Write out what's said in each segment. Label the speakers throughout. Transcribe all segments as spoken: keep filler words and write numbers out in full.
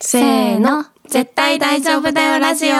Speaker 1: せーの、絶対大丈夫だよラジオ。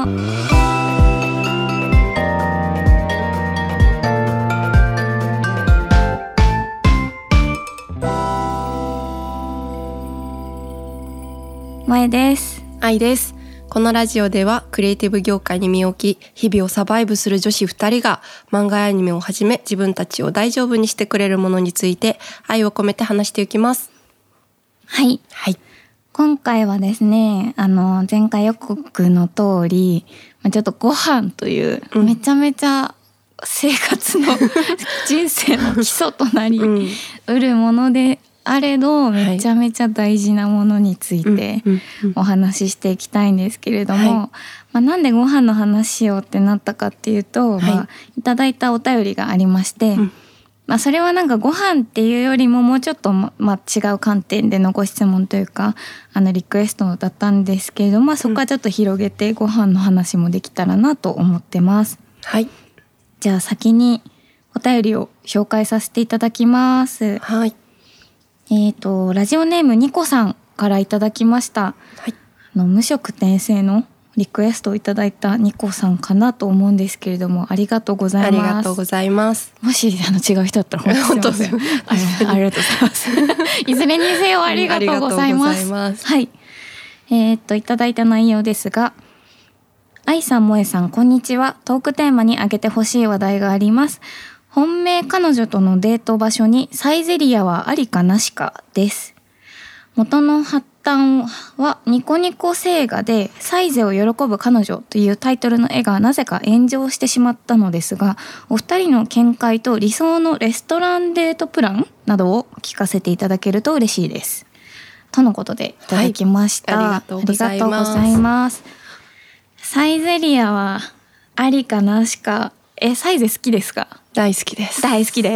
Speaker 2: 萌です。
Speaker 1: 愛です。このラジオではクリエイティブ業界に身を置き、日々をサバイブする女子ふたりが漫画やアニメをはじめ自分たちを大丈夫にしてくれるものについて愛を込めて話していきます。
Speaker 2: はい、
Speaker 1: はい、
Speaker 2: 今回はですね、あの前回予告の通り、ちょっとご飯という、うん、めちゃめちゃ生活の人生の基礎となりうるものであれど、めちゃめちゃ大事なものについてお話ししていきたいんですけれども、はい、まあ、なんでご飯の話しようってなったかっていうと、はい、まあ、いただいたお便りがありまして、うん、まあ、それはなんかご飯っていうよりももうちょっと、まあ、違う観点でのご質問というか、あのリクエストだったんですけれども、まあ、そこはちょっと広げてご飯の話もできたらなと思ってます。
Speaker 1: はい、
Speaker 2: じゃあ先にお便りを紹介させていただきます。
Speaker 1: はい、
Speaker 2: えーと、ラジオネームニコさんからいただきました。はい、あの無職転生のリクエストをいただいたニコさんかなと思うんですけれども、ありがとうございます。
Speaker 1: ありがとうございます。
Speaker 2: もしあの違う人だったら本当にすいません。ありがとうございます。いずれにせよありがとうございます。ますはい。えーといただいた内容ですが、愛さん、萌えさん、こんにちは。トークテーマに挙げてほしい話題があります。本命彼女とのデート場所にサイゼリヤはありかなしかです。元の発端はニコニコ星画でサイゼを喜ぶ彼女というタイトルの絵がなぜか炎上してしまったのですが、お二人の見解と理想のレストランデートプランなどを聞かせていただけると嬉しいです。とのことでいただきました。
Speaker 1: はい、ありがとうございます。
Speaker 2: ありがとうございます。サイゼリヤはありかなしか。え、サイゼ好きですか？
Speaker 1: 大好きです。
Speaker 2: 大好きです。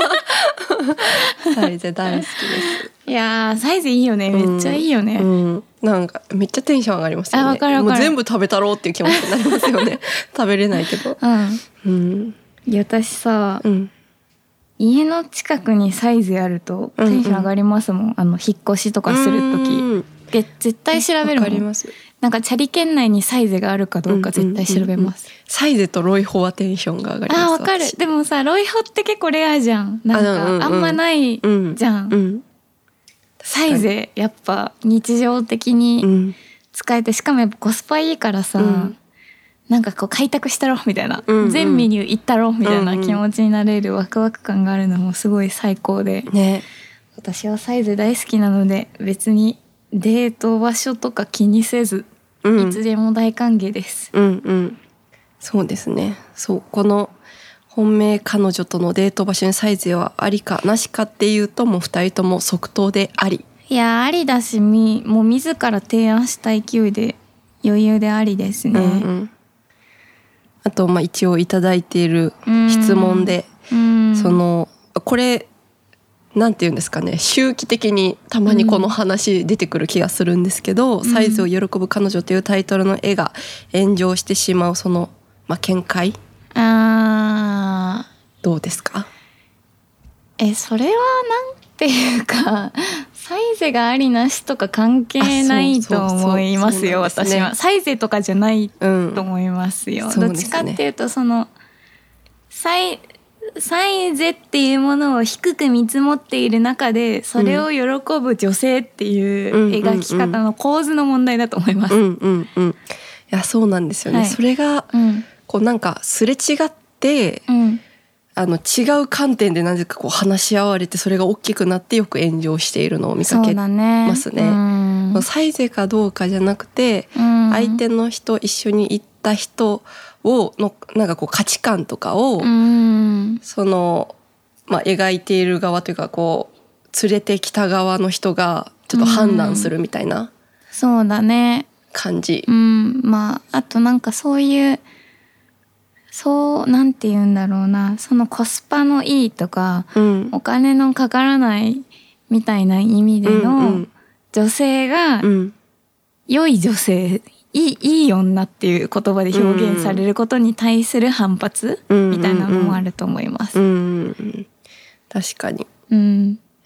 Speaker 1: サイゼ大好きです。
Speaker 2: いやー、サイゼいいよね。めっちゃいいよね。
Speaker 1: うんうん、なんかめっちゃテンション上がりますよね。
Speaker 2: あ、わかるわかる。
Speaker 1: もう全部食べたろうっていう気持ちになりますよね。食べれないけど。
Speaker 2: うん。
Speaker 1: うん。
Speaker 2: いや、私さ、
Speaker 1: うん、
Speaker 2: 家の近くにサイゼあるとテンション上がりますもん。うんうん、あの引っ越しとかするとき。え、絶対調べるもん。
Speaker 1: わかります。
Speaker 2: なんかチャリ圏内にサイゼがあるかどうか絶対調べます。
Speaker 1: うんうんうん、サイゼとロイホはテンションが上がります。
Speaker 2: あ、わかる。でもさ、ロイホって結構レアじゃん。なんか あ,、うんうん、あんまないじゃん。うんうん、サイゼやっぱ日常的に使えて、しかもやっぱコスパいいからさ、うん、なんかこう開拓したろみたいな、うんうん、全メニュー行ったろみたいな気持ちになれるワクワク感があるのもすごい最高で、
Speaker 1: ね、
Speaker 2: 私はサイゼ大好きなので、別にデート場所とか気にせず、うん、いつでも大歓迎です。
Speaker 1: うんうん、そうですね。そう、この本命彼女とのデート場所にサイゼはありかなしかっていうと、もう二人とも即答であり。
Speaker 2: いや、ありだし、みもう自ら提案した勢いで余裕でありですね。うんうん、
Speaker 1: あと、まあ一応いただいている質問で、そのこれなんていうんですかね、周期的にたまにこの話出てくる気がするんですけど、うん、サイズを喜ぶ彼女というタイトルの絵が炎上してしまうその、まあ、見解、
Speaker 2: あー、
Speaker 1: どうですか？
Speaker 2: え、それはなんていうか、サイゼがありなしとか関係ないと思いますよ。そうそうそう、私はサイゼとかじゃないと思いますよ。うん、どっちかっていうと、そのサイサイゼっていうものを低く見積もっている中で、それを喜ぶ女性っていう描き方の構図の問題だと思います。
Speaker 1: うんうんうん、いや、そうなんですよね。はい、それが、うん、こうなんかすれ違って、うん、あの違う観点でなぜかこう話し合われて、それが大きくなってよく炎上しているのを見かけますね。うん、サイゼかどうかじゃなくて、うん、相手の人、一緒に行った人をのなんかこう価値観とかを、うん、その、まあ、描いている側というか、こう連れてきた側の人がちょっと判断するみたいな、うん、
Speaker 2: そうだね、
Speaker 1: 感じ。
Speaker 2: うん、まああとなんかそういう、そうなんて言うんだろうな、そのコスパのいいとか、うん、お金のかからないみたいな意味での、うんうん、女性が、うん、良い女性、いい、いい女っていう言葉で表現されることに対する反発、うん、みたいなのもあると思います。
Speaker 1: うんうんうん、確かに。
Speaker 2: うん、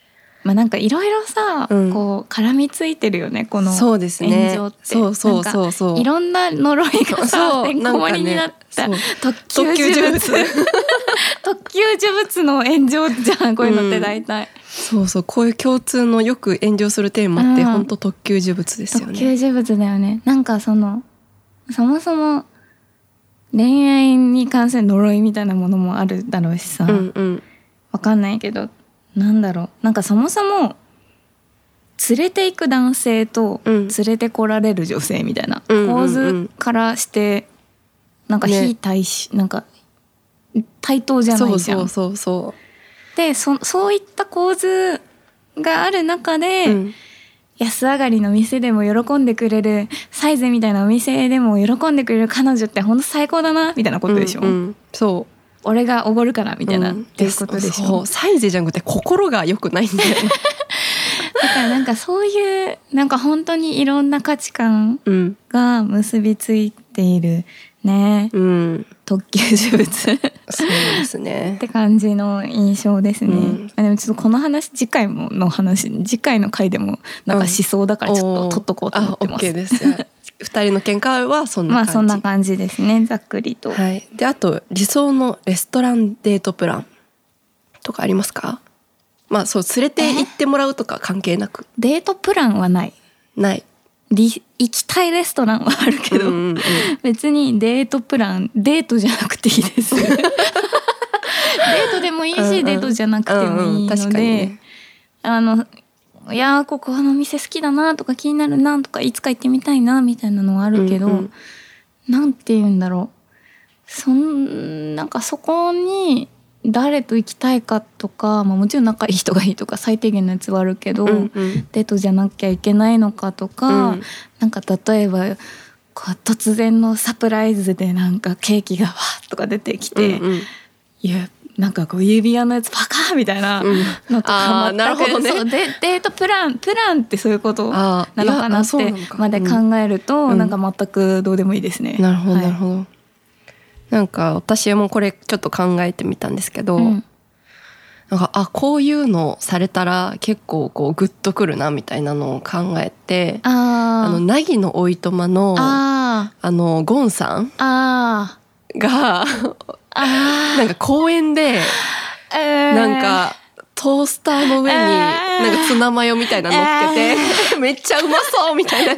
Speaker 2: まあなんかいろいろさ、うん、こう絡みついてるよねこの炎上って。そうですね。
Speaker 1: そうそうそうそう。
Speaker 2: いろんな呪いがさてんこ盛りになった特級呪物特級呪物の炎上じゃんこういうのって大体、うん、
Speaker 1: そうそうこういう共通のよく炎上するテーマって、うん、本当特級呪物ですよね。
Speaker 2: 特級呪物だよね。なんかそのそもそも恋愛に関する呪いみたいなものもあるだろうしさ、うんうん、わかんないけどなんだろうなんかそもそも連れていく男性と連れてこられる女性みたいな構図からしてなんか非対し、ね、なんか対等じゃないじゃん。そうそうそうそうで そ, そういった構図がある中で、うん、安上がりの店でも喜んでくれるサイゼみたいなお店でも喜んでくれる彼女って本当最高だなみたいなことでしょ、うんうん、
Speaker 1: そう
Speaker 2: 俺がおごるからみたいな、うん、っていうことでしょ。
Speaker 1: そうサイゼじゃなくて心が良くないんだよね
Speaker 2: だからなんかそういうなんか本当にいろんな価値観が結びついているね、うん、特級呪物そう
Speaker 1: ですね
Speaker 2: って感じの印象ですね、うん、でもちょっとこの話次回もの話次回の回でもなんかしそうだからちょっと取っとこうと思ってます、
Speaker 1: うん、あ OK です二人の見解はそんな感じ。
Speaker 2: まあそんな感じですねざっくりと、
Speaker 1: はい、であと理想のレストランデートプランとかありますか？まあそう連れて行ってもらうとか関係なく
Speaker 2: デートプランはない
Speaker 1: ない
Speaker 2: 行きたいレストランはあるけど、うんうんうん、別にデートプランデートじゃなくていいですデートでもいいし、うんうん、デートじゃなくてもいいので、うんうん、確かにね、あのいやここの店好きだなとか気になるなとかいつか行ってみたいなみたいなのはあるけど、うんうん、なんて言うんだろうそんなんかそこに誰と行きたいかとか、まあ、もちろん仲いい人がいいとか最低限のやつはあるけど、うんうん、デートじゃなきゃいけないのかとか、うん、なんか例えばこう突然のサプライズでなんかケーキがわーとか出てきて、うんうん、いやなんかこう指輪のやつパカーみたいなのとか全く、うんね、そうでデートプランプランってそういうことなのかなってまで考えると、うん、なんか全くどうでもいいですね。
Speaker 1: なるほど、はい、なるほど。なんか私もこれちょっと考えてみたんですけど、うん、なんかあこういうのされたら結構こうグッとくるなみたいなのを考えて、あの凪のおいとまの あ, あのゴンさんあがなんか公園で、えー、なんかトースターの上になんかツナマヨみたいなの乗っけて、えー、めっちゃうまそうみたいなやつ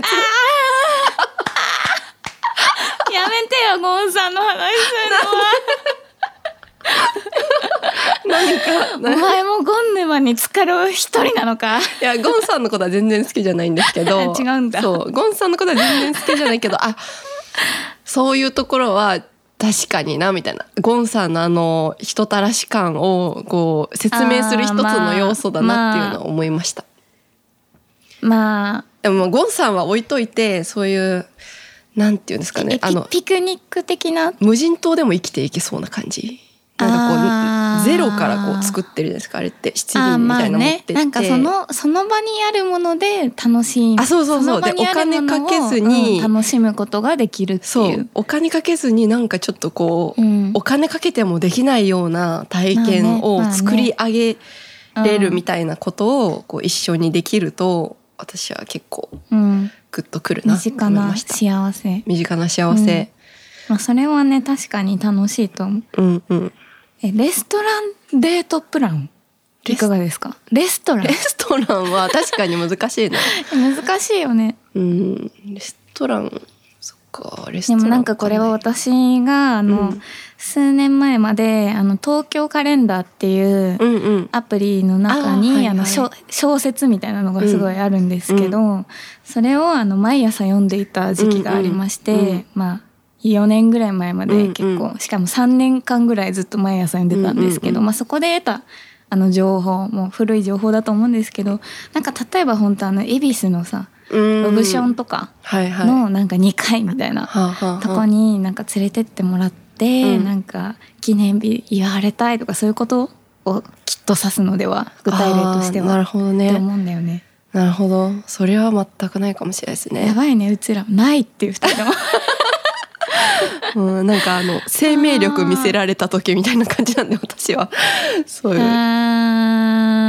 Speaker 2: やめてよゴンさんの話するのは何かお前もゴン沼に浸かる一人なのか。
Speaker 1: いやゴンさんのことは全然好きじゃないんですけど
Speaker 2: 違うんだ。
Speaker 1: そうゴンさんのことは全然好きじゃないけどあそういうところは確かになみたいなゴンさんのあの人たらし感をこう説明する一つの要素だなっていうのを思いました。
Speaker 2: まあ、まあ、
Speaker 1: でもゴンさんは置いといてそういうなんていうんですかね
Speaker 2: あのピクニック的な
Speaker 1: 無人島でも生きていけそうな感じなんかこうゼロからこう作ってるんですかあれって七輪みたいなの持ってって、
Speaker 2: ね、なんかそのその場にあるもので楽しい
Speaker 1: あそうそうそうでお金かけずに、
Speaker 2: うん、楽しむことができるっていう
Speaker 1: そうお金かけずになんかちょっとこう、うん、お金かけてもできないような体験を作り上げれるみたいなことをこう一緒にできると私は結構グッとくるなと思いました。
Speaker 2: 身近な幸せ
Speaker 1: 身近な幸せ、うん
Speaker 2: まあ、それはね確かに楽しいと思う、うんうん、えレストランデートプランいかがですか？レストラン
Speaker 1: レストランは確かに難しいな
Speaker 2: 難しいよね、
Speaker 1: うん、レストランそっかレストラン
Speaker 2: でもなんかこれは私があの、うん、数年前まであの東京カレンダーっていうアプリの中に、うんうん、あの小説みたいなのがすごいあるんですけど、うん、それをあの毎朝読んでいた時期がありまして、うんうん、まあよねんぐらい前まで結構、うんうん、しかもさんねんかんぐらいずっと毎朝読んでたんですけど、うんうんうんまあ、そこで得たあの情報も古い情報だと思うんですけどなんか例えば本当あの恵比寿のさロブションとかのなんかにかいみたいなとこになんか連れてってもらって、うん、なんか記念日祝われたいとかそういうことをきっと指すのでは具体例としては
Speaker 1: なるほどね
Speaker 2: って思うんだよね。
Speaker 1: なるほどそれは全くないかもしれないですね。
Speaker 2: やばいねうちらないっていうふたりとも
Speaker 1: うん、なんかあの生命力見せられた時みたいな感じなんで私はそういう
Speaker 2: あ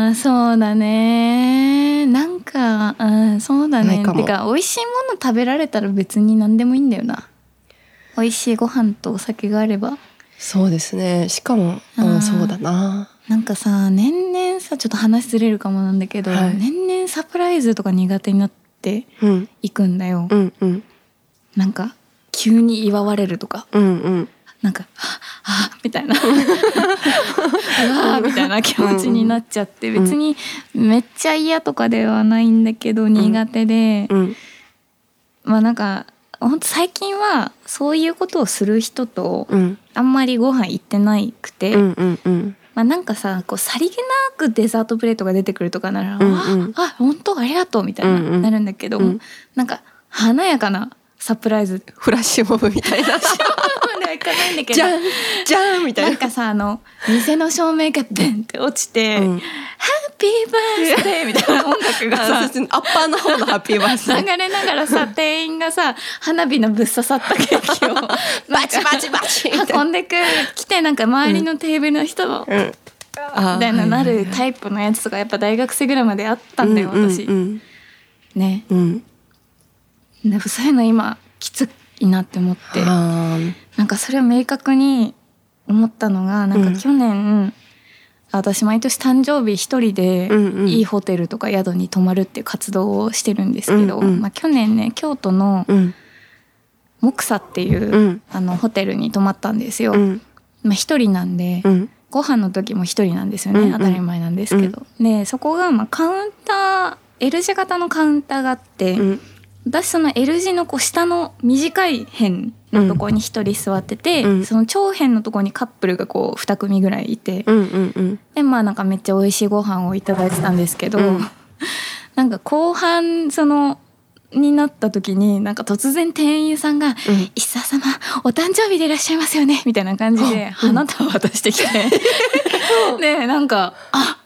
Speaker 2: あーそうだね。なんか、うん、そうだね。てか美味しいもの食べられたら別に何でもいいんだよな。美味しいご飯とお酒があれば。
Speaker 1: そうですね。しかも、うん、そうだな。
Speaker 2: なんかさ、年々さ、ちょっと話ずれるかもなんだけど、はい、年々サプライズとか苦手になっていくんだよ。
Speaker 1: うんうん、
Speaker 2: なんか急に祝われるとか、
Speaker 1: うんうん、
Speaker 2: なんかはあみたいなうわみたいな気持ちになっちゃって、別にめっちゃ嫌とかではないんだけど苦手で、
Speaker 1: うんうん、ま
Speaker 2: あなんか本当最近はそういうことをする人とあんまりご飯行ってないくて、
Speaker 1: うんうんうん、
Speaker 2: まあ、なんかさこうさりげなくデザートプレートが出てくるとかなら、うんうん、ああ本当ありがとうみたいな、うんうん、なるんだけど、うん、なんか華やかなサプライズ
Speaker 1: フラッシュモブみたいな
Speaker 2: まではいかないんだけど
Speaker 1: じゃんじゃんみたいな、
Speaker 2: なんかさあの店の照明がデンって落ちて、うん、ハッピーバースデーみたいな音楽がさ
Speaker 1: アッパーの方のハッピーバースデー
Speaker 2: 流れながらさ店員がさ花火のぶっ刺さったケーキを
Speaker 1: バチバチバチ
Speaker 2: 運んでくる来て、なんか周りのテーブルの人も、うんうん、みたいななるタイプのやつとかやっぱ大学生ぐらいまであったんだよ、私、うんうん、ね、うん、でそういうの今きついなって思って、なんかそれを明確に思ったのが、なんか去年、うん、私毎年誕生日一人でいいホテルとか宿に泊まるっていう活動をしてるんですけど、うんうん、まあ、去年ね京都のモクサっていう、うん、あのホテルに泊まったんですよ、うん、まあ、一人なんで、うん、ご飯の時も一人なんですよね、うんうん、当たり前なんですけど、うん、でそこがまあカウンター L 字型のカウンターがあって、うん、私その L 字のこう下の短い辺のところに一人座ってて、うん、その長辺のところにカップルがこうに組ぐらいいて、うんうんうん、でまあなんかめっちゃ美味しいご飯をいただいてたんですけど、うん、なんか後半そのになった時になんか突然店員さんが、うん、石澤様お誕生日でいらっしゃいますよねみたいな感じで花束を渡してきてでなんかあ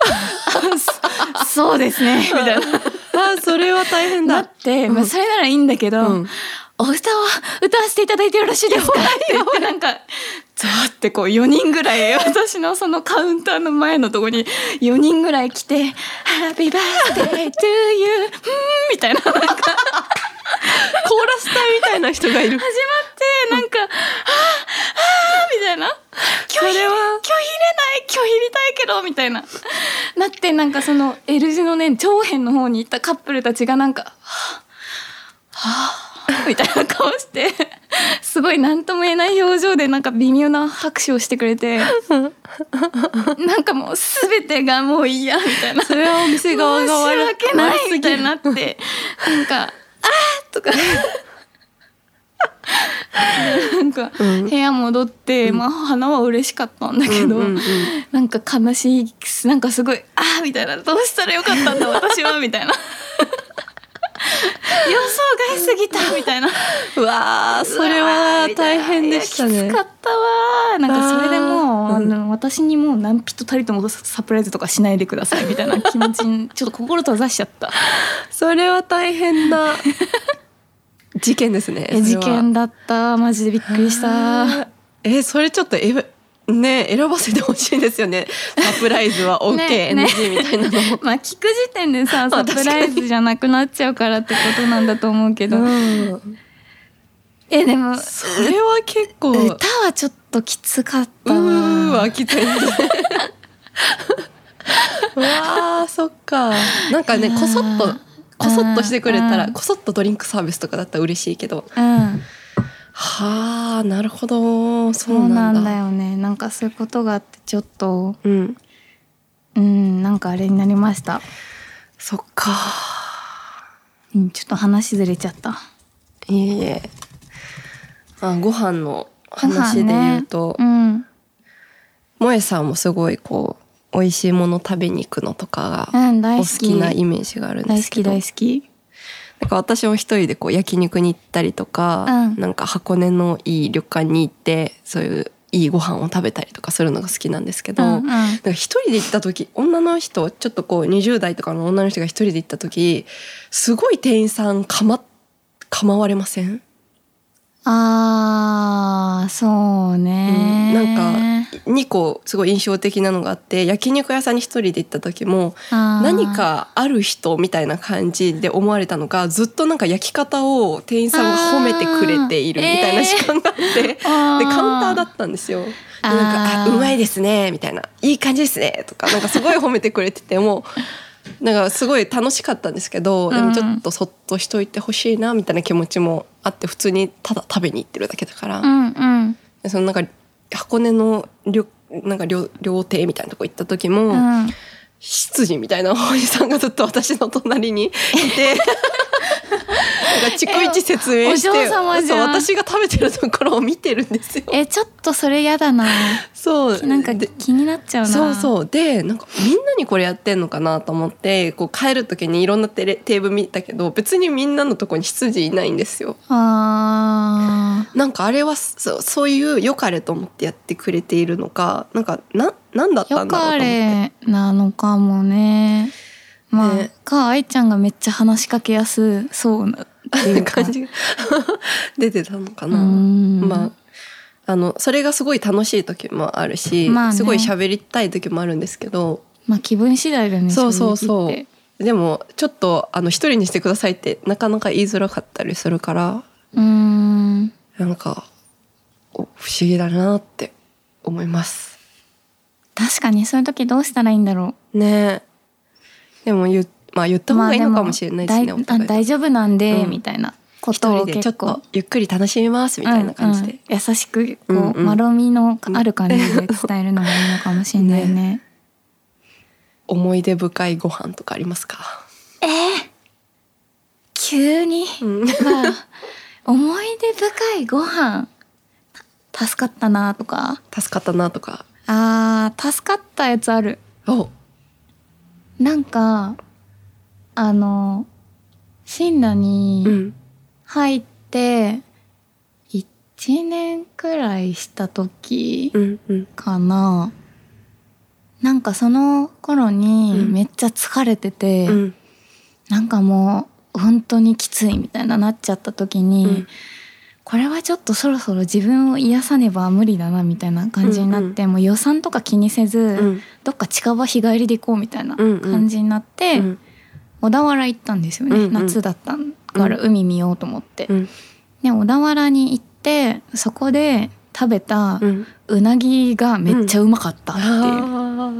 Speaker 2: そうですねみたいな
Speaker 1: あそれは大変だ
Speaker 2: だって、うん、まあ、それならいいんだけど、うん、お歌を歌わせていただいてよろしいですかって言ってなんかザーってこうよにんぐらい私のそのカウンターの前のとこによにんぐらい来て「Happy birthday to you」みたいななんかコーラ
Speaker 1: ス隊みたいな人がいる
Speaker 2: 始まってなんか「はあはあ」みたいな拒否、それは拒否れない拒否りたいけどみたいななってなんかその L 字のね長辺の方に行ったカップルたちがなんか「はあはあ」みたいな顔してすごい何とも言えない表情でなんか微妙な拍手をしてくれてなんかもう全てがもう嫌みたいな、
Speaker 1: それはお店側が悪
Speaker 2: い申し訳ないみたいになってなんかあーとかなんか部屋戻って、うん、まあ花は嬉しかったんだけど、うんうんうん、なんか悲しいなんかすごいあーみたいな、どうしたらよかったんだ私はみたいな予想外すぎたみたいな
Speaker 1: うわーそれは大変でしたね。
Speaker 2: きつかったわ。なんかそれでもう、うん、私にもう何人たりともサプライズとかしないでくださいみたいな気持ちにちょっと心閉ざしちゃった
Speaker 1: それは大変な事件ですね。
Speaker 2: 事件だった。マジでびっくりした。
Speaker 1: えそれちょっとえね選ばせてほしいですよね。サプライズは オーケー、ね、エヌジー みたいなの、ね、
Speaker 2: まあ聞く時点でさサプライズじゃなくなっちゃうからってことなんだと思うけど、うん、えでも
Speaker 1: それは結構
Speaker 2: 歌はちょっときつかったわ。
Speaker 1: うーわきついうわーそっか。なんかねこそっとこそっとしてくれたら、こそっとドリンクサービスとかだったら嬉しいけど、うん、はあなるほどそうなんだ。
Speaker 2: そうなんだよね。なんかそういうことがあってちょっとうん、うん、なんかあれになりました。
Speaker 1: そっか、
Speaker 2: うん、ちょっと話ずれちゃった。
Speaker 1: いえいえ。あご飯の話で言うと、ね、うん、萌えさんもすごいこう美味しいもの食べに行くのとかがお好きなイメージがあるんですけど、
Speaker 2: 大好き大好き。
Speaker 1: なんか私も一人でこう焼肉に行ったりとか、うん、なんか箱根のいい旅館に行ってそういういいご飯を食べたりとかするのが好きなんですけど、うんうん、なんか一人で行った時女の人ちょっとこうにじゅう代とかの女の人が一人で行った時すごい店員さんかま構われません？
Speaker 2: あーそうね、
Speaker 1: うん、なんかにこすごい印象的なのがあって、焼肉屋さんに一人で行った時も何かある人みたいな感じで思われたのか、ずっとなんか焼き方を店員さんが褒めてくれているみたいな時間があって、えー、でカウンターだったんですよ。でなんかあうまいですねみたいな、いい感じですねとかなんかすごい褒めてくれててもなんかすごい楽しかったんですけど、でもちょっとそっとしといてほしいなみたいな気持ちもあって、普通にただ食べに行ってるだけだから、
Speaker 2: うんうん、
Speaker 1: でそのなんか箱根の料なんか 料, 料亭みたいなとこ行った時も、うん、執事みたいなおじさんがずっと私の隣にいてなんか逐一説明して、
Speaker 2: お嬢様じゃん。
Speaker 1: そう私が食べてるところを見てるんですよ。
Speaker 2: えちょっとそれやだな。
Speaker 1: そう
Speaker 2: なんか気になっちゃうな。
Speaker 1: そうそうでなんかみんなにこれやってんのかなと思って、こう帰る時にいろんなテレテーブル見たけど、別にみんなのとこに執事いないんですよ。
Speaker 2: あ
Speaker 1: なんかあれはそ う, そういう良かれと思ってやってくれているのか、なんかななんだったんだろうと思って。
Speaker 2: 良かれなのかもね。まあ、ね、か愛ちゃんがめっちゃ話しかけやすそうなっていう
Speaker 1: 感じが出てたのかな。まああのそれがすごい楽しい時もあるし、まあね、すごい喋りたい時もあるんですけど、
Speaker 2: まあ気分次第だね。
Speaker 1: そうそうそう。でもちょっとあの一人にしてくださいってなかなか言いづらかったりするから、
Speaker 2: うーん
Speaker 1: なんか不思議だなって思います。
Speaker 2: 確かにそういう時どうしたらいいんだろうね。
Speaker 1: でも言、まあ、言った方がいいのかもしれないですね。
Speaker 2: まあ、大丈夫なんで、うん、みたいなことを
Speaker 1: 結構一人でちょっとゆっくり楽しみますみたいな感じで、
Speaker 2: うんうん、優しくこう、うんうん、まろみのある感じで伝えるのがいいのかもしれないね。ね、
Speaker 1: 思い出深いご飯とかありますか？
Speaker 2: えー、急に、うんまあ、思い出深いご飯助かったなとか
Speaker 1: 助かったなとか
Speaker 2: あー助かったやつある。
Speaker 1: お
Speaker 2: なんかあの進路に入っていちねんくらいした時かな、うんうん、なんかその頃にめっちゃ疲れてて、うん、なんかもう本当にきついみたいななっちゃった時に、うん、これはちょっとそろそろ自分を癒さねば無理だなみたいな感じになって、うんうん、もう予算とか気にせず、うん、どっか近場日帰りで行こうみたいな感じになって、うんうん、小田原行ったんですよね、うんうん、夏だったから海見ようと思って、うん、で小田原に行ってそこで食べたうなぎがめっちゃうまかったっていう、うん、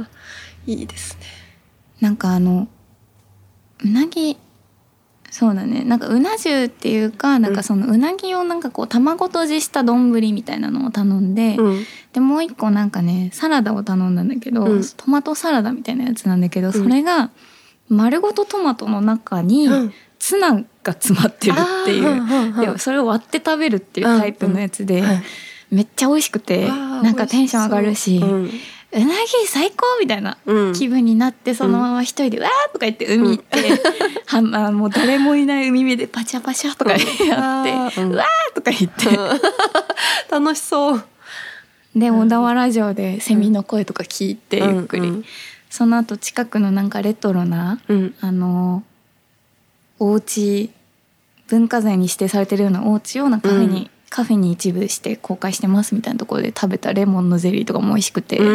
Speaker 1: あいいですね。
Speaker 2: なんかあのうなぎそうだね、なんかうな重っていうか、なんかそのうなぎをなんかこう卵とじした丼みたいなのを頼んで、うん、でもう一個なんかねサラダを頼んだんだけど、うん、トマトサラダみたいなやつなんだけど、それが丸ごとトマトの中にツナが詰まってるっていう、うん、でそれを割って食べるっていうタイプのやつで、うんうん、めっちゃ美味しくて、なんかテンション上がるし、うなぎ最高みたいな気分になって、うん、そのまま一人でわーとか言って海行って、うん、はもう誰もいない海辺でパチャパチャとかやって、うん、わーとか言って、うん、
Speaker 1: 楽しそう。
Speaker 2: で小田原城でセミの声とか聞いてゆっくり、うんうん、その後近くのなんかレトロな、うん、あのお家文化財に指定されてるようなお家をなんかカフェに、うんカフェに一部して公開してますみたいなところで食べたレモンのゼリーとかも美味しくて、うん、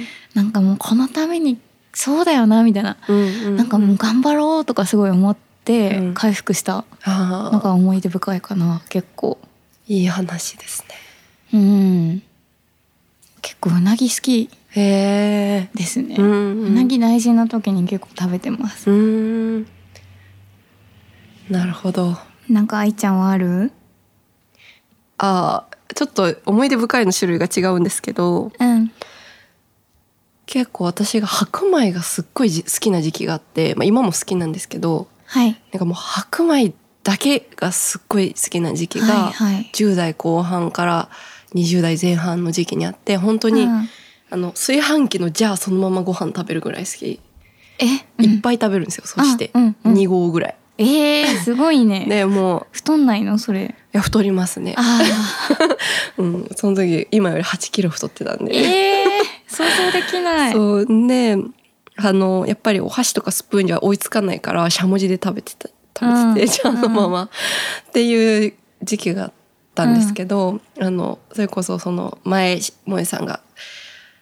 Speaker 2: なんかもうこのためにそうだよなみたいな、うんうん、なんかもう頑張ろうとかすごい思って回復したのが思い出深いかな。結構
Speaker 1: いい話です
Speaker 2: ね。うん結構うなぎ好きですね。うんうん、うなぎ大事な時に結構食べてます。
Speaker 1: うんなるほど。
Speaker 2: なんか愛ちゃんはある？
Speaker 1: あちょっと思い出深いの種類が違うんですけど、
Speaker 2: うん、
Speaker 1: 結構私が白米がすっごい好きな時期があって、まあ、今も好きなんですけど、
Speaker 2: はい、
Speaker 1: なんかもう白米だけがすっごい好きな時期がじゅう代後半からにじゅう代前半の時期にあって、本当に、うん、あの炊飯器のじゃあそのままご飯食べるぐらい好き。
Speaker 2: え、
Speaker 1: うん、いっぱい食べるんですよ。そして、うんうん、に合ぐらい。
Speaker 2: えー、すごいね。
Speaker 1: でもう
Speaker 2: 太んないのそれ？
Speaker 1: いや太りますね。
Speaker 2: あ
Speaker 1: うん、その時今よりはちキロ太ってたんで。
Speaker 2: えー、想像できない。
Speaker 1: そうね、あのやっぱりお箸とかスプーンには追いつかないからしゃもじで食べてた食べてて、ちゃんとままっていう時期があったんですけど、うん、あのそれこそその前萌さんが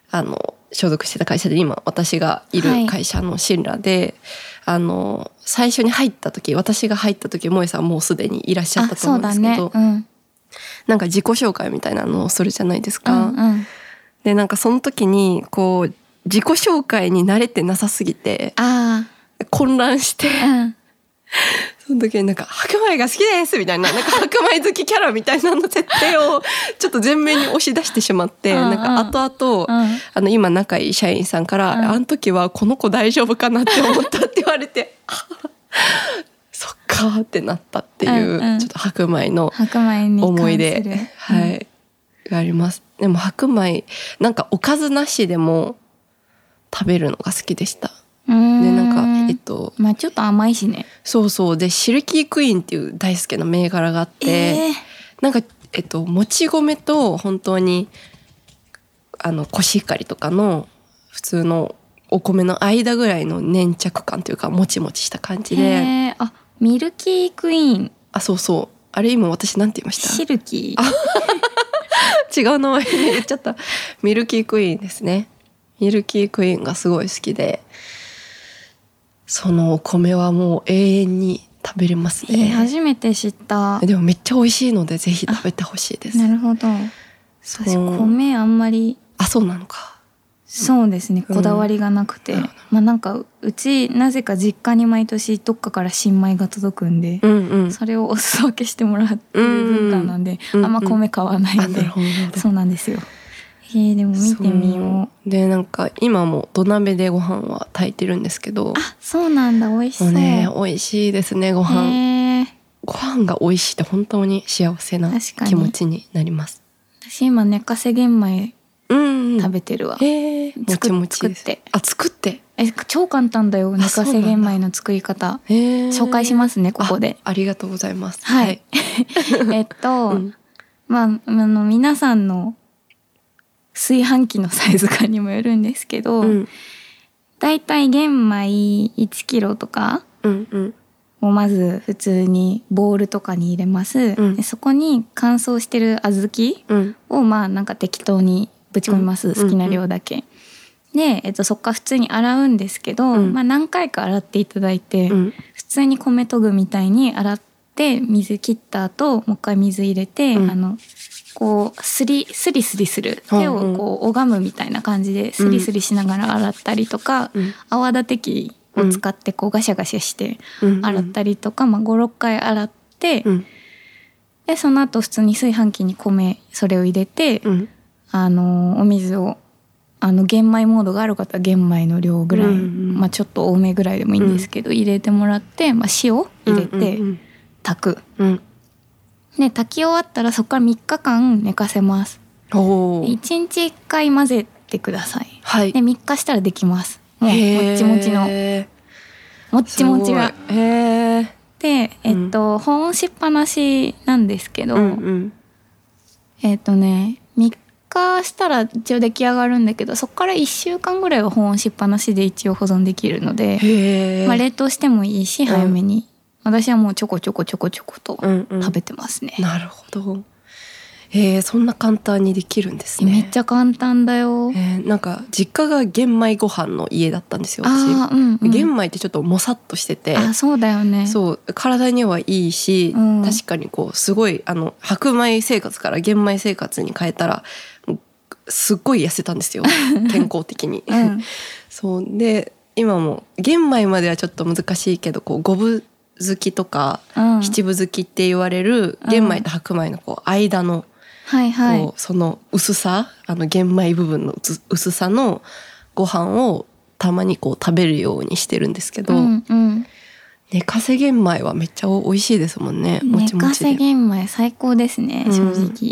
Speaker 1: あの所属してた会社で今私がいる会社のシンラで、はい、あの最初に入った時私が入った時萌さんもうすでにいらっしゃったと思うんですけど、ね、うん、なんか自己紹介みたいなのをするじゃないですか、うんうん、でなんかその時にこう自己紹介に慣れてなさすぎてあ混乱して、うん、その時になんか白米が好きですみたいな、なんか白米好きキャラみたいなの設定をちょっと前面に押し出してしまってなんか後々、うん、あの今仲いい社員さんから、うん、あの時はこの子大丈夫かなって思ったって言われてそっかってなったっていう、うんうん、ちょっと白米の思い出、はい、があります。でも白米なんかおかずなしでも食べるのが好きでした。でなんかえっと
Speaker 2: まあちょっと甘いしね。
Speaker 1: そうそうでシルキークイーンっていう大好きな銘柄があって、えー、なんかえっともち米と本当にあのコシヒカリとかの普通のお米の間ぐらいの粘着感というかもちもちした感じで、
Speaker 2: えー、あミルキークイーン、
Speaker 1: あそうそうあれ今私なんて言いました？
Speaker 2: シルキ
Speaker 1: ー違う名前言っちゃった。ミルキークイーンですね。ミルキークイーンがすごい好きで、そのお米はもう永遠に食べれますね。
Speaker 2: えー、初めて知った。
Speaker 1: でもめっちゃ美味しいのでぜひ食べてほしいです。
Speaker 2: なるほど。私米あんまり。
Speaker 1: あ、そうなのか。
Speaker 2: そうですね、こだわりがなくて、うん、まあなんかうちなぜか実家に毎年どっかから新米が届くんで、うんうん、それをお裾分けしてもらってる文化なんで、うんうん、あんま米買わないんで、うんうん、そうなんですよ。えー、でも見てみよう。
Speaker 1: でなんか今も土鍋でご飯は炊いてるんですけど、
Speaker 2: あ、そうなんだ、美味しそう。
Speaker 1: ね、美味しいですね、ご飯。ご飯が美味しいって本当に幸せな気持ちになります。
Speaker 2: 私今寝かせ玄米食べてるわ。
Speaker 1: うんうん、えー、もちもちです。
Speaker 2: 作って。
Speaker 1: あ、作って。
Speaker 2: え、超簡単だよ、寝かせ玄米の作り方。紹介しますね、ここで。
Speaker 1: あ、ありがとうございます。
Speaker 2: はい。はい、えっと、うん、まあ、あの皆さんの炊飯器のサイズ感にもよるんですけど、うん、だいたい玄米いちキロとかをまず普通にボウルとかに入れます、うん、でそこに乾燥してる小豆をまあなんか適当にぶち込みます、うん、好きな量だけ、で、えっと、そっから普通に洗うんですけど、うん、まあ何回か洗っていただいて、うん、普通に米研ぐみたいに洗って水切った後もう一回水入れて、うん、あのこうスリスリスリする手をこう拝むみたいな感じでスリスリしながら洗ったりとか、うん、泡立て器を使ってこうガシャガシャして洗ったりとか、まあ、ごろっかい洗って、うん、でその後普通に炊飯器に米それを入れて、うん、あのお水をあの玄米モードがある方は玄米の量ぐらい、うんうん、まあ、ちょっと多めぐらいでもいいんですけど、うん、入れてもらって、まあ、塩入れて炊く、うんうんうん、で炊き終わったらそこからみっかかん寝かせます。おいちにちいっかい混ぜてください、はい、でみっかしたらできます。もうもっちもちのもっちもちがへで、えっと、うん、保温しっぱなしなんですけど、うんうん、えっとねみっかしたら一応出来上がるんだけど、そこからいっしゅうかんぐらいは保温しっぱなしで一応保存できるので、まあ、冷凍してもいいし早めに、うん、私はもうちょこちょこちょこちょこと食べてますね、
Speaker 1: うんうん、なるほど。えー、そんな簡単にできるんですね。
Speaker 2: めっちゃ簡単だよ、
Speaker 1: えー、なんか実家が玄米ご飯の家だったんですよ私、うんうん、玄米ってちょっともさっとしてて、
Speaker 2: あ、そうだよね、
Speaker 1: そう体にはいいし、うん、確かにこうすごいあの白米生活から玄米生活に変えたらすっごい痩せたんですよ健康的に、うん、そうで今も玄米まではちょっと難しいけどこう五分好きとか、うん、七分好きって言われる玄米と白米のこう間の、はいはい、こうその薄さ、あの玄米部分の薄さのご飯をたまにこう食べるようにしてるんですけど、うんうん、寝かせ玄米はめっちゃ美味しいですもんね。もちもちで。
Speaker 2: 寝かせ玄米最高ですね、正直、うん、い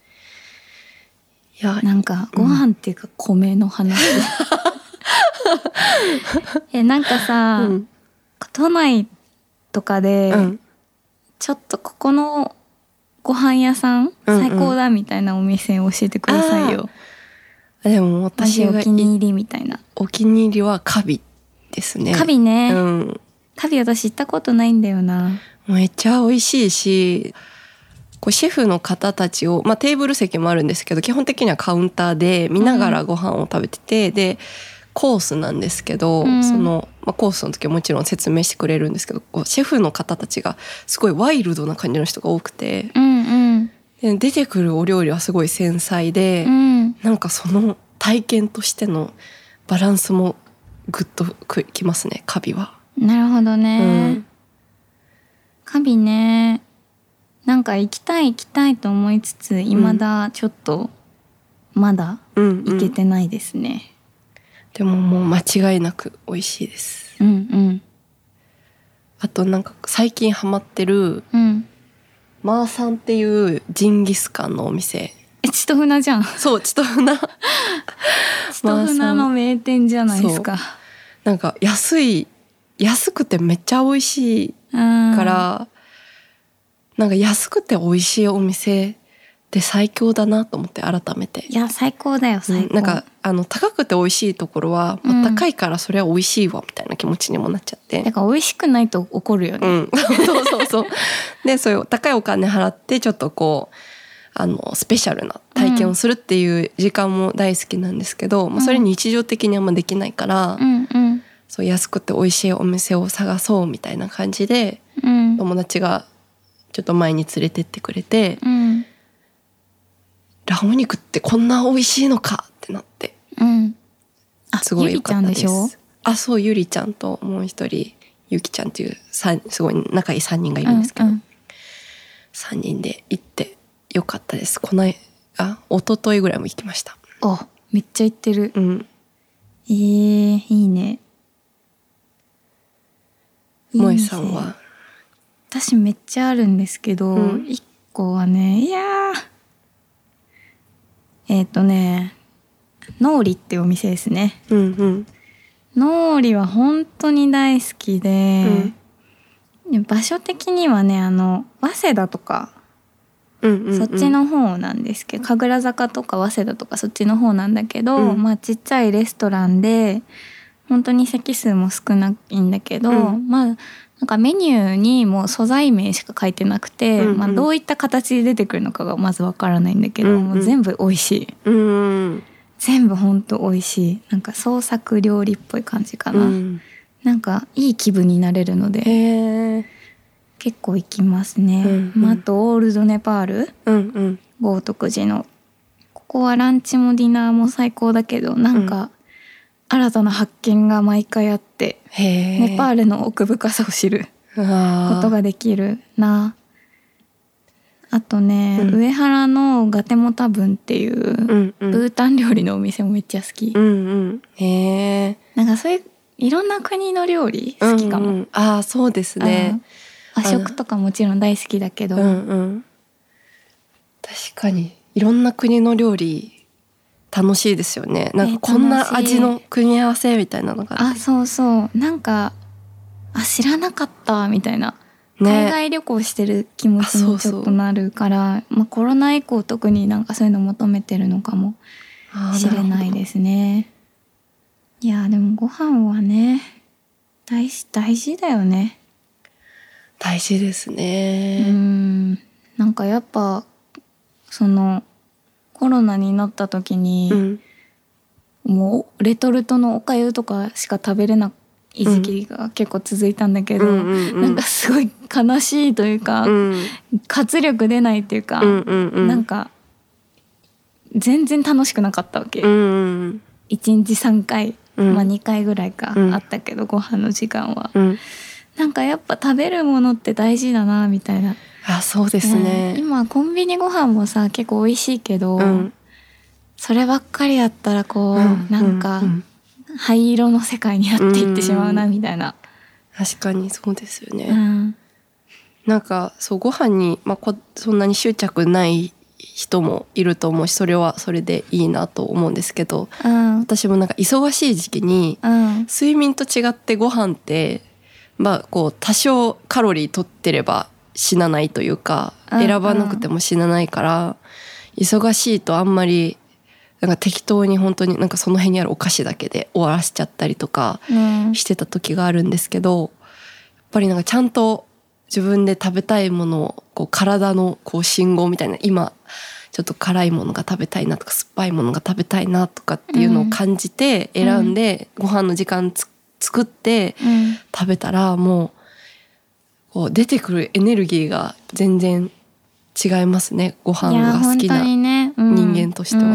Speaker 2: やなんかご飯っていうか米の話、うん、えなんかさ、うん、都内とかで、うん、ちょっとここのご飯屋さん、うんうん、最高だみたいなお店教えてくださいよ。
Speaker 1: でも私
Speaker 2: がお気に入りみたいな。
Speaker 1: お気に入りはカビですね。
Speaker 2: カビね、うん、カビ私行ったことないんだよな。
Speaker 1: めっちゃ美味しいし、 こうシェフの方たちを、まあ、テーブル席もあるんですけど基本的にはカウンターで見ながらご飯を食べてて、うん、でコースなんですけど、うん、その、まあ、コースの時はもちろん説明してくれるんですけどこうシェフの方たちがすごいワイルドな感じの人が多くて、うんうん、で出てくるお料理はすごい繊細で、うん、なんかその体験としてのバランスもグッときますねカビは。
Speaker 2: なるほどね、うん、カビねなんか行きたい行きたいと思いつつ未だちょっとまだ行けてないですね、うんうん、
Speaker 1: でももう間違いなく美味しいです、うんうん、あとなんか最近ハマってる、うん、マーサンっていうジンギスカンのお店。
Speaker 2: えチトフナじゃん。
Speaker 1: そうチトフナチ
Speaker 2: トフナの名店じゃないですか。
Speaker 1: なんか安い安くてめっちゃ美味しいからなんか安くて美味しいお店で最強だなと思って改めて。
Speaker 2: いや最高だよ最高、
Speaker 1: うん、なんかあの高くて美味しいところは、まあ、高いからそれは美味しいわみたいな気持ちにもなっちゃって、
Speaker 2: だから美味しくないと怒るよね、うん、
Speaker 1: そうそうそうでそういう高いお金払ってちょっとこうあのスペシャルな体験をするっていう時間も大好きなんですけど、うん、まあ、それ日常的にあんまできないから、うんうん、そう安くて美味しいお店を探そうみたいな感じで、うん、友達がちょっと前に連れてってくれて、うん、ラム肉ってこんな美味しいのかってなって、うん、すごい良かったです。ゆりちゃんでしょ？あ、そうゆりちゃんともう一人ゆきちゃんっていうすごい仲いいさんにんがいるんですけど、うんうん、さんにんで行って良かったです。このあ一昨日ぐらいも行きました。
Speaker 2: あめっちゃ行ってる、うん、えー、いいね。
Speaker 1: 萌さんは？
Speaker 2: 私めっちゃあるんですけど、うん、いっこはねいやえっ、ー、とねノーリっていうお店ですね、うんうん、ノーリは本当に大好きで、うん、場所的にはねあの早稲田とか、うんうんうん、そっちの方なんですけど神楽坂とか早稲田とかそっちの方なんだけど、うん、まあちっちゃいレストランで本当に席数も少ないんだけど、うん、まあなんかメニューにもう素材名しか書いてなくて、うんうん、まあ、どういった形で出てくるのかがまずわからないんだけど、うんうん、もう全部美味しい、うんうん、全部ほんと美味しい。なんか創作料理っぽい感じかな、うん、なんかいい気分になれるので、へー、結構行きますね、うんうん、あとオールドネパール、うんうん、豪徳寺のここはランチもディナーも最高だけどなんか、うん、新たな発見が毎回あってネパールの奥深さを知ることができるな。あとね、うん、上原のガテモタブンっていう、うんうん、ブータン料理のお店もめっちゃ好き、うんうん、へー、なんかそういういろんな国の料理好きかも、うんうん、
Speaker 1: ああそうですね。
Speaker 2: 和食とかもちろん大好きだけど、うんうん、
Speaker 1: 確かにいろんな国の料理楽しいですよね。なんかこんな味の組み合わせみたいなのがあって、
Speaker 2: あ、そうそう、なんかあ知らなかったみたいな、ね、海外旅行してる気持ちにちょっとなるから、そうそう、まあ、コロナ以降特になんかそういうの求めてるのかもしれないですね。いやでもご飯はね大事大事だよね。
Speaker 1: 大事ですね。
Speaker 2: うん、なんかやっぱそのコロナになった時に、うん、もうレトルトのおかゆとかしか食べれない時期が結構続いたんだけど、うんうんうん、なんかすごい悲しいというか、うん、活力出ないっていうか、うんうんうん、なんか全然楽しくなかったわけ、うんうん、いちにちさんかい、うん、まあにかいぐらいかあったけど、うん、ご飯の時間は、うん、なんかやっぱ食べるものって大事だなみたいな。
Speaker 1: あ、そうですね、
Speaker 2: うん、今コンビニご飯もさ結構美味しいけど、うん、そればっかりやったらこう、うん、なんか、うん、灰色の世界になっていってしまうなみたいな、うん、
Speaker 1: 確かにそうですよね、うん、なんかそうご飯に、まあ、こそんなに執着ない人もいると思うしそれはそれでいいなと思うんですけど、うん、私もなんか忙しい時期に、うん、睡眠と違ってご飯ってまあこう多少カロリー取ってれば死なないというか選ばなくても死なないから、うんうん、忙しいとあんまりなんか適当に本当になんかその辺にあるお菓子だけで終わらせちゃったりとかしてた時があるんですけど、やっぱりなんかちゃんと自分で食べたいものをこう体のこう信号みたいな、今ちょっと辛いものが食べたいなとか酸っぱいものが食べたいなとかっていうのを感じて選んで、ご飯の時間つ作って食べたら、もうこう出てくるエネルギーが全然違いますね。ご飯が好きな人間としては。
Speaker 2: うんうん、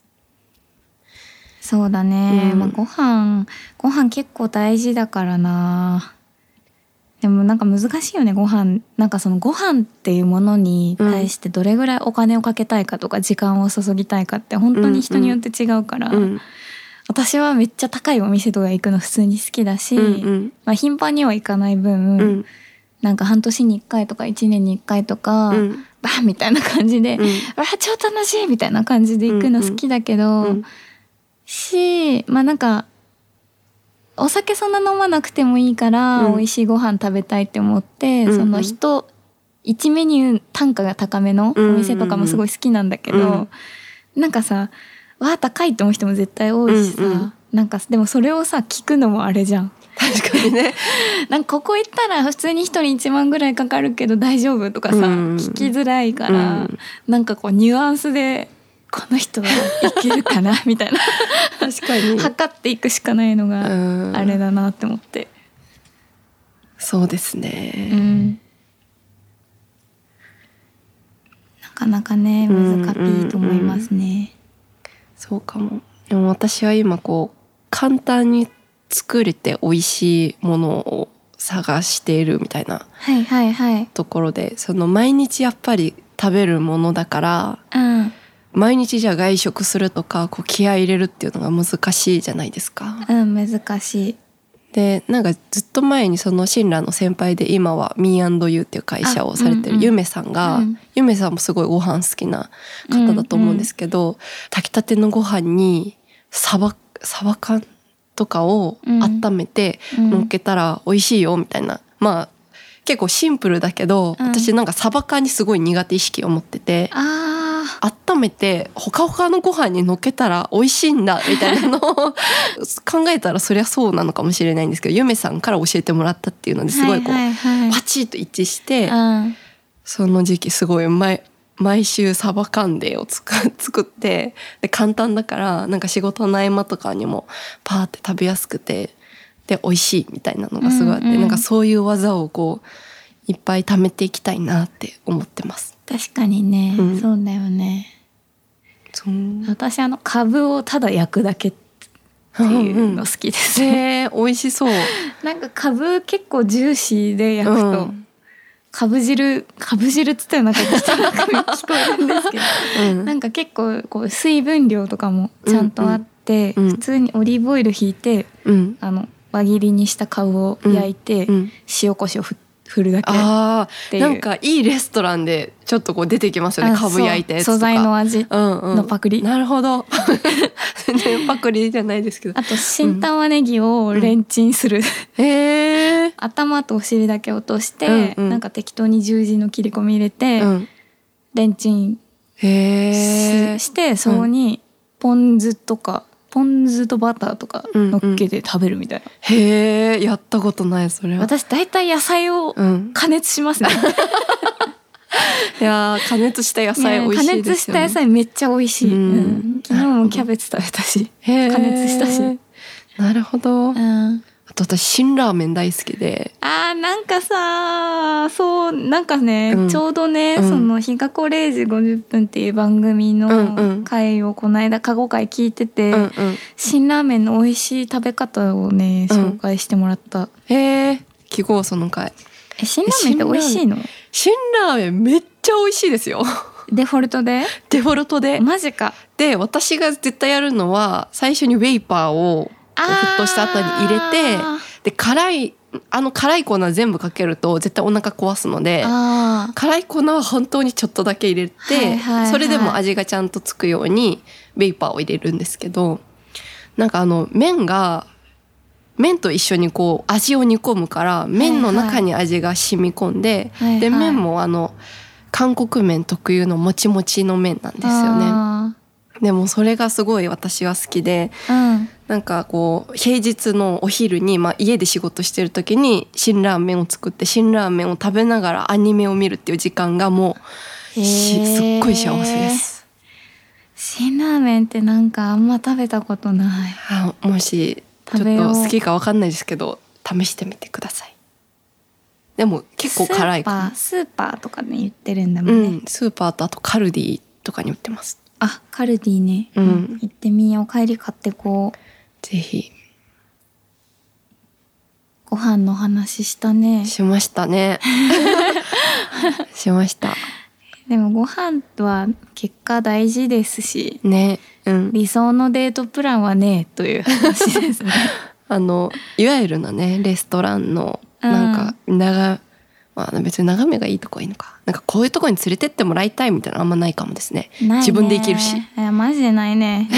Speaker 2: そうだね、うん、まあ、ご飯ご飯結構大事だからな。でもなんか難しいよね、ご飯。なんかそのご飯っていうものに対してどれぐらいお金をかけたいかとか時間を注ぎたいかって本当に人によって違うから、うんうん、私はめっちゃ高いお店とか行くの普通に好きだし、うんうん、まあ、頻繁には行かない分、うん、なんか半年にいっかいとかいちねんにいっかいとか、うん、バーンみたいな感じで、うん、あ超楽しいみたいな感じで行くの好きだけど、うんうん、し、まあなんかお酒そんな飲まなくてもいいから、うん、美味しいご飯食べたいって思って、うんうん、その人いちメニュー単価が高めのお店とかもすごい好きなんだけど、うんうん、なんかさ、わあ高いって思う人も絶対多いしさ、うんうん、なんかでもそれをさ聞くのもあれじゃん。
Speaker 1: 確かにね。
Speaker 2: なんかここ行ったら普通に一人いちまんぐらいかかるけど大丈夫とかさ、うんうん、聞きづらいから、うん、なんかこうニュアンスでこの人はいけるかなみたいな
Speaker 1: 確かに
Speaker 2: 測っていくしかないのがあれだなって思って。
Speaker 1: そうですね、
Speaker 2: うん、なかなかね難しいと思いますね、うんうんうん、
Speaker 1: そうかも。でも私は今こう簡単に作れて美味しいものを探しているみたいなところで、はいはいはい、その毎日やっぱり食べるものだから、うん、毎日じゃあ外食するとかこう気合い入れるっていうのが難しいじゃないですか。
Speaker 2: うん、難しい。
Speaker 1: でなんかずっと前にそのシンラの先輩で今は ミーアンドユー っていう会社をされてるゆめさんが、うんうん、ゆめさんもすごいご飯好きな方だと思うんですけど、うんうん、炊きたてのご飯にサバサバ缶とかを温めて乗っけたら美味しいよみたいな、うん、まあ結構シンプルだけど、うん、私なんかサバ缶にすごい苦手意識を持ってて、あ温めてほかほかのご飯に乗っけたら美味しいんだみたいなのを考えたらそりゃそうなのかもしれないんですけど、ゆめさんから教えてもらったっていうのですごいこう、はいはいはい、パチッと一致して、うん、その時期すごい毎毎週サバ缶デーをつく作って、で簡単だからなんか仕事の合間とかにもパーって食べやすくてで美味しいみたいなのがすごいあって、うんうん、なんかそういう技をこういっぱい貯めていきたいなって思ってます。
Speaker 2: 確かにね、うん、そうだよね。そう私あのカブをただ焼くだけっていうの好きですね、
Speaker 1: うんうん、美味しそう。
Speaker 2: なんかカブ結構ジューシーで焼くと、うんかぶ汁かぶ汁っつったらなんか汚く聞こえるんですけど、うん、なんか結構こう水分量とかもちゃんとあって、うんうん、普通にオリーブオイルひいて、うん、あの輪切りにしたカブを焼いて、うんうん、塩コショウ振振るだけっていう。
Speaker 1: あなんかいいレストランでちょっとこう出てきますよね、カブ焼いたやつとか
Speaker 2: 素材の味のパクリ、
Speaker 1: うんうん、なるほど全然パクリじゃないですけど。
Speaker 2: あと新玉ねぎをレンチンする、うん、へー頭とお尻だけ落として、うんうん、なんか適当に十字の切り込み入れて、うん、レンチン し, へしてそこにポン酢とか、ポン酢とバターとか乗っけて食べるみたいな、
Speaker 1: うんうん、へえやったことないそれは。
Speaker 2: 私大体野菜を加熱しますね、うん、
Speaker 1: いや加熱した野菜美味しいですよね。
Speaker 2: 加熱した野菜めっちゃ美味しい、うんうん、昨日もキャベツ食べたし加熱したし。
Speaker 1: なるほど、うん、あと私辛ラーメン大好きで。
Speaker 2: あーなんかさそうなんかね、うん、ちょうどね、うん、その日がこれいじごじゅっぷんっていう番組の回をこの間過去回聞いてて、うんうん、辛ラーメンの美味しい食べ方をね紹介してもらった、うん、
Speaker 1: へえ聞こうその回。
Speaker 2: え辛ラーメンって美味しいの？
Speaker 1: 辛ラーメンめっちゃ美味しいですよ
Speaker 2: デフォルトで？
Speaker 1: デフォルトで。
Speaker 2: マジか。
Speaker 1: で私が絶対やるのは最初にウェイパーを沸騰した後に入れて、で辛いあの辛い粉全部かけると絶対お腹壊すので、辛い粉は本当にちょっとだけ入れて、はいはいはい、それでも味がちゃんとつくようにウェイパーを入れるんですけど、なんかあの麺が麺と一緒にこう味を煮込むから麺の中に味が染み込んで、はいはい、で麺もあの韓国麺特有のもちもちの麺なんですよね。でもそれがすごい私は好きで、うん、 なんかこう平日のお昼に、まあ、家で仕事してる時に辛ラーメンを作って辛ラーメンを食べながらアニメを見るっていう時間がもうしすっごい幸せです。
Speaker 2: 辛ラーメンってなんかあんま食べたことない。
Speaker 1: あ、もしちょっと好きか分かんないですけど試してみてください。でも結構辛いかも。
Speaker 2: スーパースーパーとかね言ってるんだもんね、
Speaker 1: うん、スーパーとあとカルディとかに売ってます。
Speaker 2: あ、カルディね、
Speaker 1: うん、
Speaker 2: 行ってみよう。帰り買ってこう。
Speaker 1: ぜひ。
Speaker 2: ご飯の話したね。
Speaker 1: しましたねしました。
Speaker 2: でもご飯は結果大事ですし
Speaker 1: ね、うん、
Speaker 2: 理想のデートプランはねという話ですね
Speaker 1: あのいわゆるのねレストランのなんか長、まあ、別に眺めがいいとこいいのか、なんかこういうとこに連れてってもらいたいみたいなのあんまないかもですね。
Speaker 2: ないね。
Speaker 1: 自分で行けるし。
Speaker 2: いやマジでないね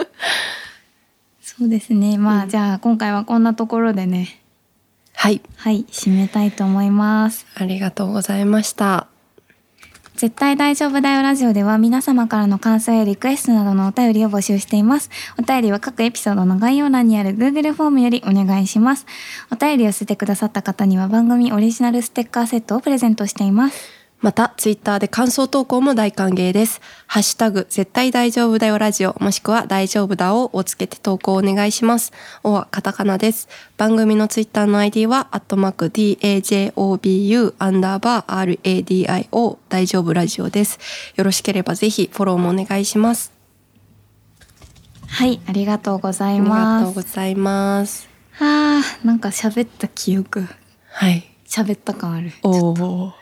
Speaker 2: そうですね。まあ、うん、じゃあ今回はこんなところでね、
Speaker 1: はい
Speaker 2: はい締めたいと思います。
Speaker 1: ありがとうございました。
Speaker 2: 絶対大丈夫だよラジオでは皆様からの感想やリクエストなどのお便りを募集しています。お便りは各エピソードの概要欄にある Google フォームよりお願いします。お便りを寄せてくださった方には番組オリジナルステッカーセットをプレゼントしています。
Speaker 1: またツイッターで感想投稿も大歓迎です。ハッシュタグ絶対大丈夫だよラジオもしくは大丈夫だををつけて投稿お願いします。おはカタカナです。番組のツイッターの アイディー はアットマーク ダジョブ アンダーバー ラディオ 大丈夫ラジオです。よろしければぜひフォローもお願いします。
Speaker 2: はい、ありがとうございます。あ
Speaker 1: りがとうございます。
Speaker 2: はあ、なんか喋った記憶。
Speaker 1: はい。
Speaker 2: 喋った感ある。
Speaker 1: おお。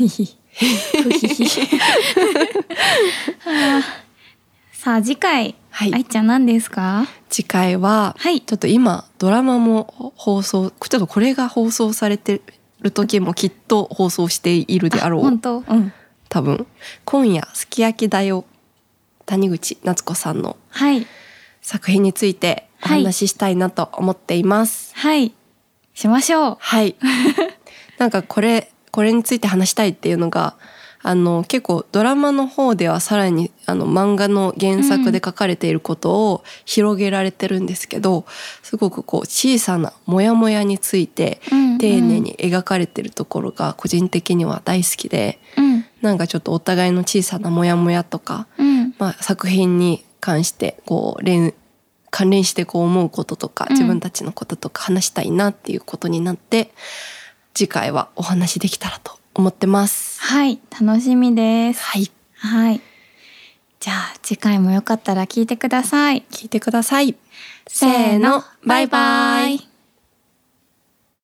Speaker 2: さあ次回、
Speaker 1: はい、
Speaker 2: 愛ちゃん何ですか？
Speaker 1: 次回は、はい、ちょっと今ドラマも放送、ちょっとこれが放送されてる時もきっと放送しているであろう。
Speaker 2: 本当？うん。
Speaker 1: 多分今夜すき焼きだよ、谷口夏子さんの作品についてお話ししたいなと思っています。
Speaker 2: はい、はい、しましょう。
Speaker 1: はい。なんかこれこれについて話したいっていうのがあの結構ドラマの方ではさらにあの漫画の原作で書かれていることを広げられてるんですけど、うん、すごくこう小さなモヤモヤについて丁寧に描かれてるところが個人的には大好きで、うん、なんかちょっとお互いの小さなモヤモヤとか、うん、まあ、作品に関してこう連関連してこう思うこととか自分たちのこととか話したいなっていうことになって、うん、次回はお話できたらと思ってます。
Speaker 2: はい、楽しみです。
Speaker 1: はい。
Speaker 2: はい。じゃあ次回もよかったら聞いてください。
Speaker 1: 聞いてください。
Speaker 2: せーの、バイバイ。